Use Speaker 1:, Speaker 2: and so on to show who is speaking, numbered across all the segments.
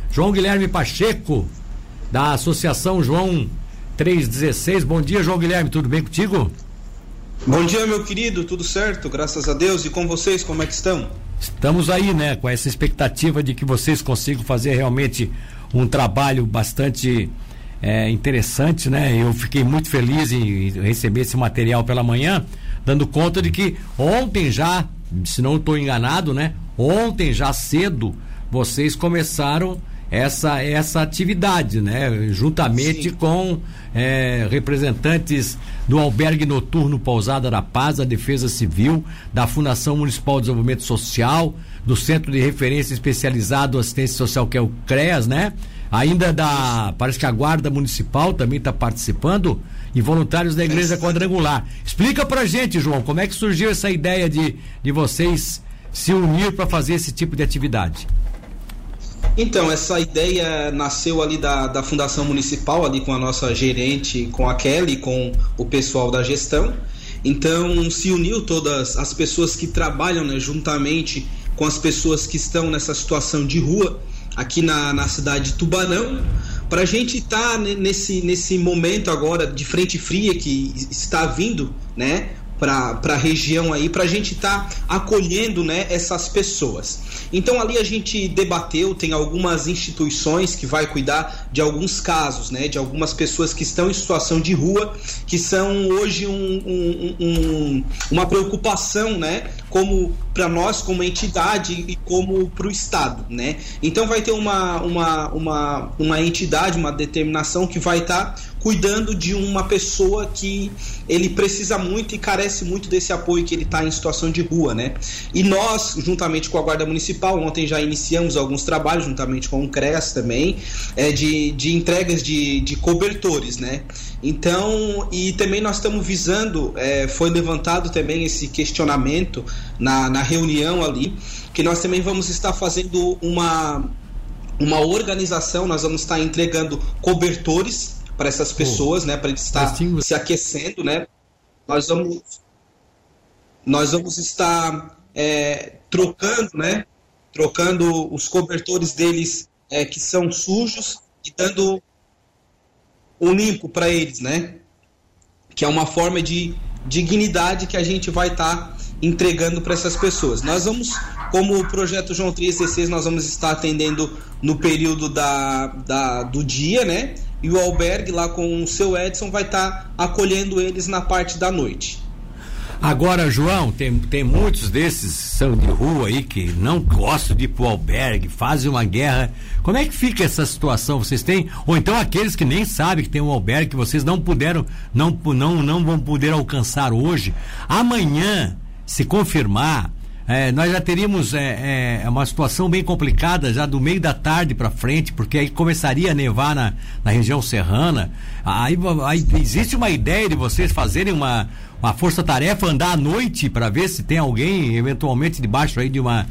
Speaker 1: João Guilherme Pacheco, da Associação João 316. Bom dia, João Guilherme, tudo bem contigo?
Speaker 2: Bom dia, meu querido, tudo certo, graças a Deus. E com vocês, como é que estão?
Speaker 1: Estamos aí, né, com essa expectativa de que vocês consigam fazer realmente um trabalho bastante interessante, né? Eu fiquei muito feliz em receber esse material pela manhã, dando conta de que ontem já, se não estou enganado, né? Ontem já cedo vocês começaram essa atividade, né? Juntamente Sim. com representantes do Albergue Noturno Pousada da Paz, da Defesa Civil, da Fundação Municipal de Desenvolvimento Social, do Centro de Referência Especializado Assistência Social, que é o CREAS, né? Ainda parece que a Guarda Municipal também está participando, e voluntários da Igreja Quadrangular. Explica pra gente, João, como é que surgiu essa ideia de vocês se unir para fazer esse tipo de atividade?
Speaker 2: Então, essa ideia nasceu ali da Fundação Municipal, ali com a nossa gerente, com a Kelly, com o pessoal da gestão. Então, se uniu todas as pessoas que trabalham, né, juntamente com as pessoas que estão nessa situação de rua, aqui na cidade de Tubarão, para a gente estar nesse momento agora de frente fria que está vindo, né, para a região aí, para a gente estar acolhendo, né, essas pessoas. Então ali a gente debateu, tem algumas instituições que vai cuidar de alguns casos, né, de algumas pessoas que estão em situação de rua, que são hoje uma preocupação, né, como para nós como entidade e como para o Estado, né? Então vai ter uma entidade, uma determinação que vai estar cuidando de uma pessoa que ele precisa muito e carece muito desse apoio, que ele está em situação de rua, né? E nós, juntamente com a Guarda Municipal, ontem já iniciamos alguns trabalhos, juntamente com o CREAS também, de entregas de cobertores, né? Então, e também nós estamos visando, foi levantado também esse questionamento na reunião ali, que nós também vamos estar fazendo uma organização, nós vamos estar entregando cobertores para essas pessoas, né, para eles estar se aquecendo, né? Nós vamos estar trocando os cobertores deles que são sujos e dando um limpo para eles, né? Que é uma forma de dignidade que a gente vai estar entregando para essas pessoas. Nós vamos, como o projeto João 316, nós vamos estar atendendo no período do dia, né? E o albergue lá com o seu Edson vai estar acolhendo eles na parte da noite.
Speaker 1: Agora, João, tem muitos desses são de rua aí que não gostam de ir pro albergue, fazem uma guerra. Como é que fica essa situação? Vocês têm, ou então aqueles que nem sabem que tem um albergue que vocês não vão poder alcançar hoje. Amanhã, se confirmar, nós já teríamos uma situação bem complicada já do meio da tarde para frente, porque aí começaria a nevar na região serrana. Aí existe uma ideia de vocês fazerem uma força-tarefa, andar à noite para ver se tem alguém eventualmente debaixo aí de uma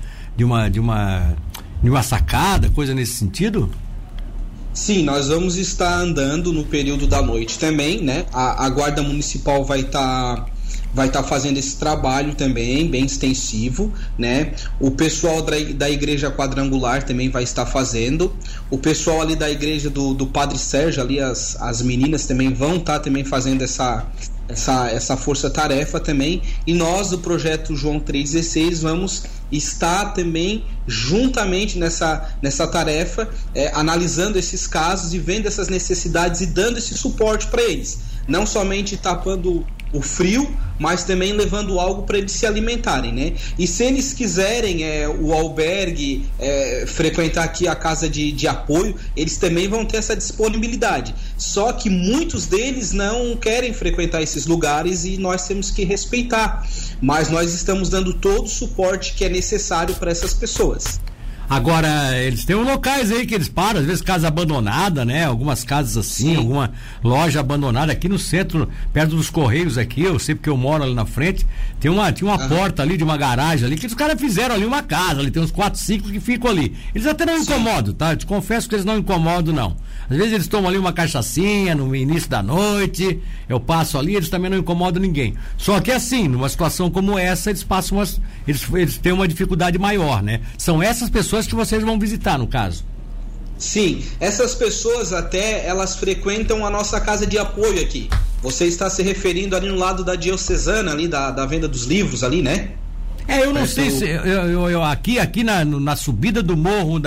Speaker 1: sacada, coisa nesse sentido?
Speaker 2: Sim, nós vamos estar andando no período da noite também, né? A Guarda Municipal vai estar fazendo esse trabalho também, bem extensivo, né? O pessoal da Igreja Quadrangular também vai estar fazendo. O pessoal ali da igreja do Padre Sérgio, ali as meninas também vão estar também fazendo essa força-tarefa também. E nós, do projeto João 316, vamos estar também juntamente nessa tarefa, analisando esses casos e vendo essas necessidades e dando esse suporte para eles. Não somente tapando o frio, mas também levando algo para eles se alimentarem, né? E se eles quiserem o albergue, frequentar aqui a casa de apoio, eles também vão ter essa disponibilidade. Só que muitos deles não querem frequentar esses lugares e nós temos que respeitar. Mas nós estamos dando todo o suporte que é necessário para essas pessoas.
Speaker 1: Agora, eles têm locais aí que eles param, às vezes casa abandonada, né? Algumas casas assim, Sim. Alguma loja abandonada aqui no centro, perto dos Correios aqui, eu sei porque eu moro ali na frente, tinha uma porta ali de uma garagem ali, que os caras fizeram ali uma casa, ali tem uns 4, 5 que ficam ali. Eles até não incomodam, tá? Eu te confesso que eles não incomodam, não. Às vezes eles tomam ali uma cachaçinha no início da noite, eu passo ali, eles também não incomodam ninguém. Só que assim, numa situação como essa, eles passam eles têm uma dificuldade maior, né? São essas pessoas que vocês vão visitar, no caso.
Speaker 2: Sim, essas pessoas até, elas frequentam a nossa casa de apoio aqui. Você está se referindo ali no lado da Diocesana, ali da venda dos livros ali, né?
Speaker 1: Eu não sei se eu aqui na subida do morro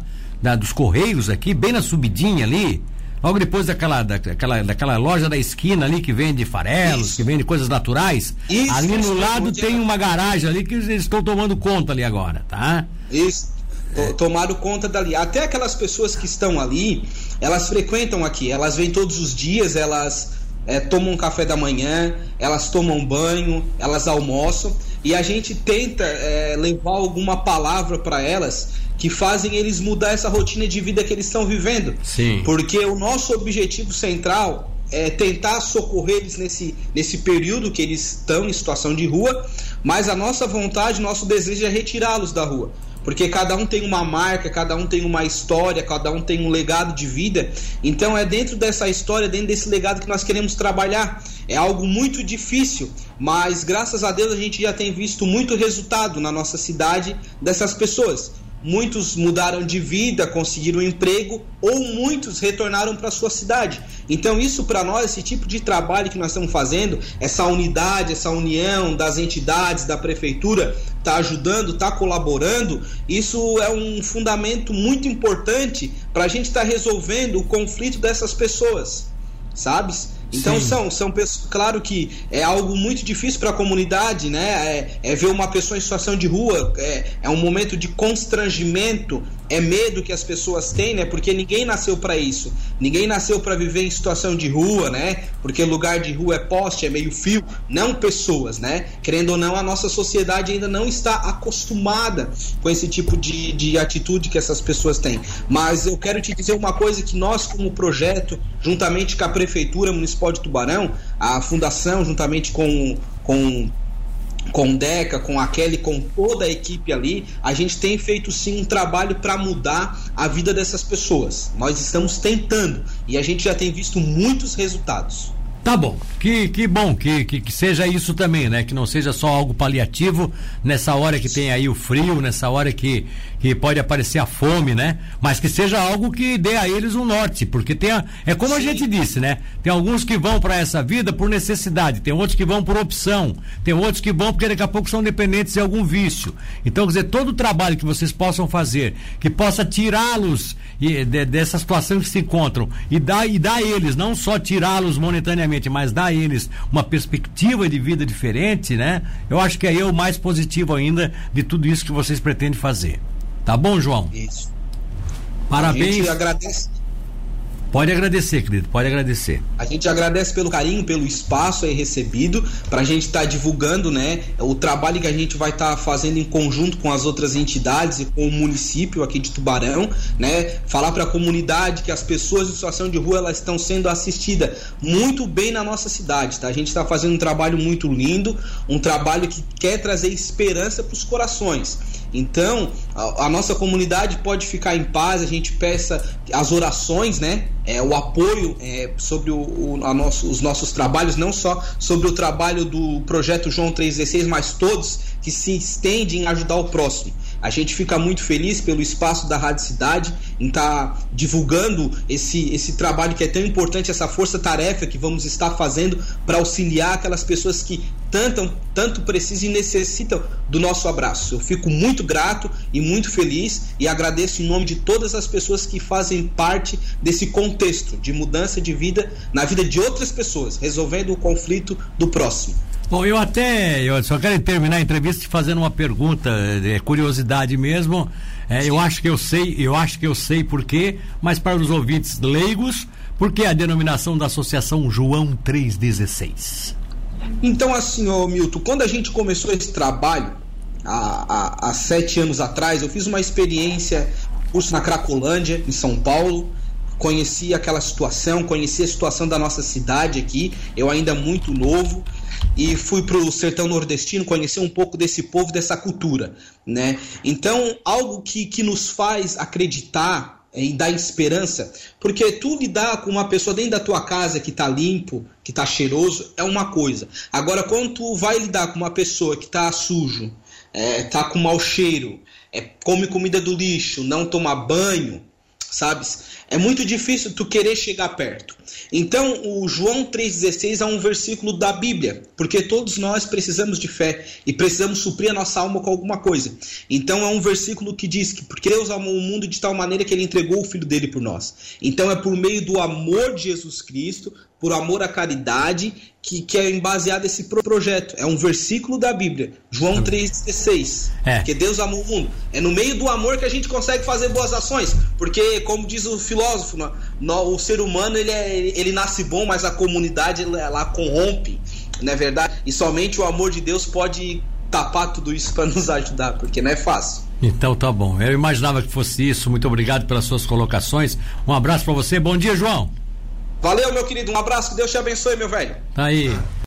Speaker 1: dos Correios aqui, bem na subidinha ali, logo depois daquela loja da esquina ali que vende farelos, que vende coisas naturais, ali no lado tem uma garagem ali que eles estão tomando conta ali agora, tá?
Speaker 2: Isso. Tomaram conta dali. Até aquelas pessoas que estão ali, elas frequentam aqui, elas vêm todos os dias, elas tomam um café da manhã, elas tomam banho, elas almoçam, e a gente tenta levar alguma palavra para elas que fazem eles mudar essa rotina de vida que eles estão vivendo.
Speaker 1: Sim.
Speaker 2: Porque o nosso objetivo central é tentar socorrer eles nesse período que eles estão em situação de rua, mas a nossa vontade, nosso desejo é retirá-los da rua. Porque cada um tem uma marca, cada um tem uma história, cada um tem um legado de vida. Então é dentro dessa história, dentro desse legado que nós queremos trabalhar. É algo muito difícil, mas graças a Deus a gente já tem visto muito resultado na nossa cidade dessas pessoas. Muitos mudaram de vida, conseguiram um emprego, ou muitos retornaram para a sua cidade. Então isso para nós, esse tipo de trabalho que nós estamos fazendo, essa unidade, essa união das entidades, da prefeitura, está ajudando, está colaborando, isso é um fundamento muito importante para a gente estar resolvendo o conflito dessas pessoas, sabes? Então são pessoas, claro que é algo muito difícil para a comunidade, né? Ver uma pessoa em situação de rua, é um momento de constrangimento, é medo que as pessoas têm, né? Porque ninguém nasceu para isso, ninguém nasceu para viver em situação de rua, né? Porque lugar de rua é poste, é meio fio, não pessoas, né? Querendo ou não, a nossa sociedade ainda não está acostumada com esse tipo de atitude que essas pessoas têm. Mas eu quero te dizer uma coisa, que nós como projeto, juntamente com a Prefeitura Municipal de Tubarão, a Fundação, juntamente com o Deca, com a Kelly, com toda a equipe ali, a gente tem feito sim um trabalho para mudar a vida dessas pessoas. Nós estamos tentando e a gente já tem visto muitos resultados.
Speaker 1: Tá bom, que bom que seja isso também, né? Que não seja só algo paliativo nessa hora que tem aí o frio, nessa hora que pode aparecer a fome, né? Mas que seja algo que dê a eles um norte, porque é como a gente disse, né? Tem alguns que vão para essa vida por necessidade, tem outros que vão por opção, tem outros que vão porque daqui a pouco são dependentes de algum vício. Então, quer dizer, todo o trabalho que vocês possam fazer, que possa tirá-los dessa situação que se encontram e dar a eles, não só tirá-los momentaneamente, mas dar a eles uma perspectiva de vida diferente, né? Eu acho que aí é o mais positivo ainda de tudo isso que vocês pretendem fazer. Tá bom, João?
Speaker 2: Isso.
Speaker 1: Parabéns.
Speaker 2: A gente agradece.
Speaker 1: Pode agradecer, querido, pode agradecer.
Speaker 2: A gente agradece pelo carinho, pelo espaço aí recebido, pra gente estar divulgando, né, o trabalho que a gente vai estar fazendo em conjunto com as outras entidades e com o município aqui de Tubarão, né, falar pra comunidade que as pessoas em situação de rua, elas estão sendo assistidas muito bem na nossa cidade, tá? A gente está fazendo um trabalho muito lindo, um trabalho que quer trazer esperança pros corações. Então, a nossa comunidade pode ficar em paz, a gente peça as orações, né? O apoio sobre os nossos trabalhos, não só sobre o trabalho do projeto João 316, mas todos que se estendem em ajudar o próximo. A gente fica muito feliz pelo espaço da Rádio Cidade em estar divulgando esse trabalho que é tão importante, essa força-tarefa que vamos estar fazendo para auxiliar aquelas pessoas que tanto precisam e necessitam do nosso abraço. Eu fico muito grato e muito feliz e agradeço em nome de todas as pessoas que fazem parte desse contexto de mudança de vida na vida de outras pessoas, resolvendo o conflito do próximo.
Speaker 1: Bom, eu só quero terminar a entrevista te fazendo uma pergunta, curiosidade mesmo. Eu acho que eu sei por quê, mas para os ouvintes leigos, por que a denominação da Associação João 316?
Speaker 2: Então, assim, Milton, quando a gente começou esse trabalho, há 7 anos atrás, eu fiz uma experiência, curso na Cracolândia, em São Paulo. Conheci aquela situação, conheci a situação da nossa cidade aqui, eu ainda muito novo, e fui para o sertão nordestino conhecer um pouco desse povo, dessa cultura, né? Então, algo que nos faz acreditar e dar esperança, porque tu lidar com uma pessoa dentro da tua casa que tá limpo, que tá cheiroso, é uma coisa. Agora, quando tu vai lidar com uma pessoa que tá sujo, tá com mau cheiro, come comida do lixo, não toma banho, sabes? É muito difícil tu querer chegar perto. Então, o João 3,16 é um versículo da Bíblia, porque todos nós precisamos de fé e precisamos suprir a nossa alma com alguma coisa. Então, é um versículo que diz que porque Deus amou o mundo de tal maneira que Ele entregou o Filho dele por nós. Então, é por meio do amor de Jesus Cristo, por amor à caridade, que é baseado esse projeto. É um versículo da Bíblia, João 3,16. Porque Deus amou o mundo. É no meio do amor que a gente consegue fazer boas ações. Porque, como diz o filósofo, o ser humano ele nasce bom, mas a comunidade ela corrompe, não é verdade? E somente o amor de Deus pode tapar tudo isso para nos ajudar, porque não é fácil.
Speaker 1: Então tá bom, eu imaginava que fosse isso. Muito obrigado pelas suas colocações. Um abraço para você, bom dia, João.
Speaker 2: Valeu, meu querido, um abraço, que Deus te abençoe, meu velho.
Speaker 1: Tá aí.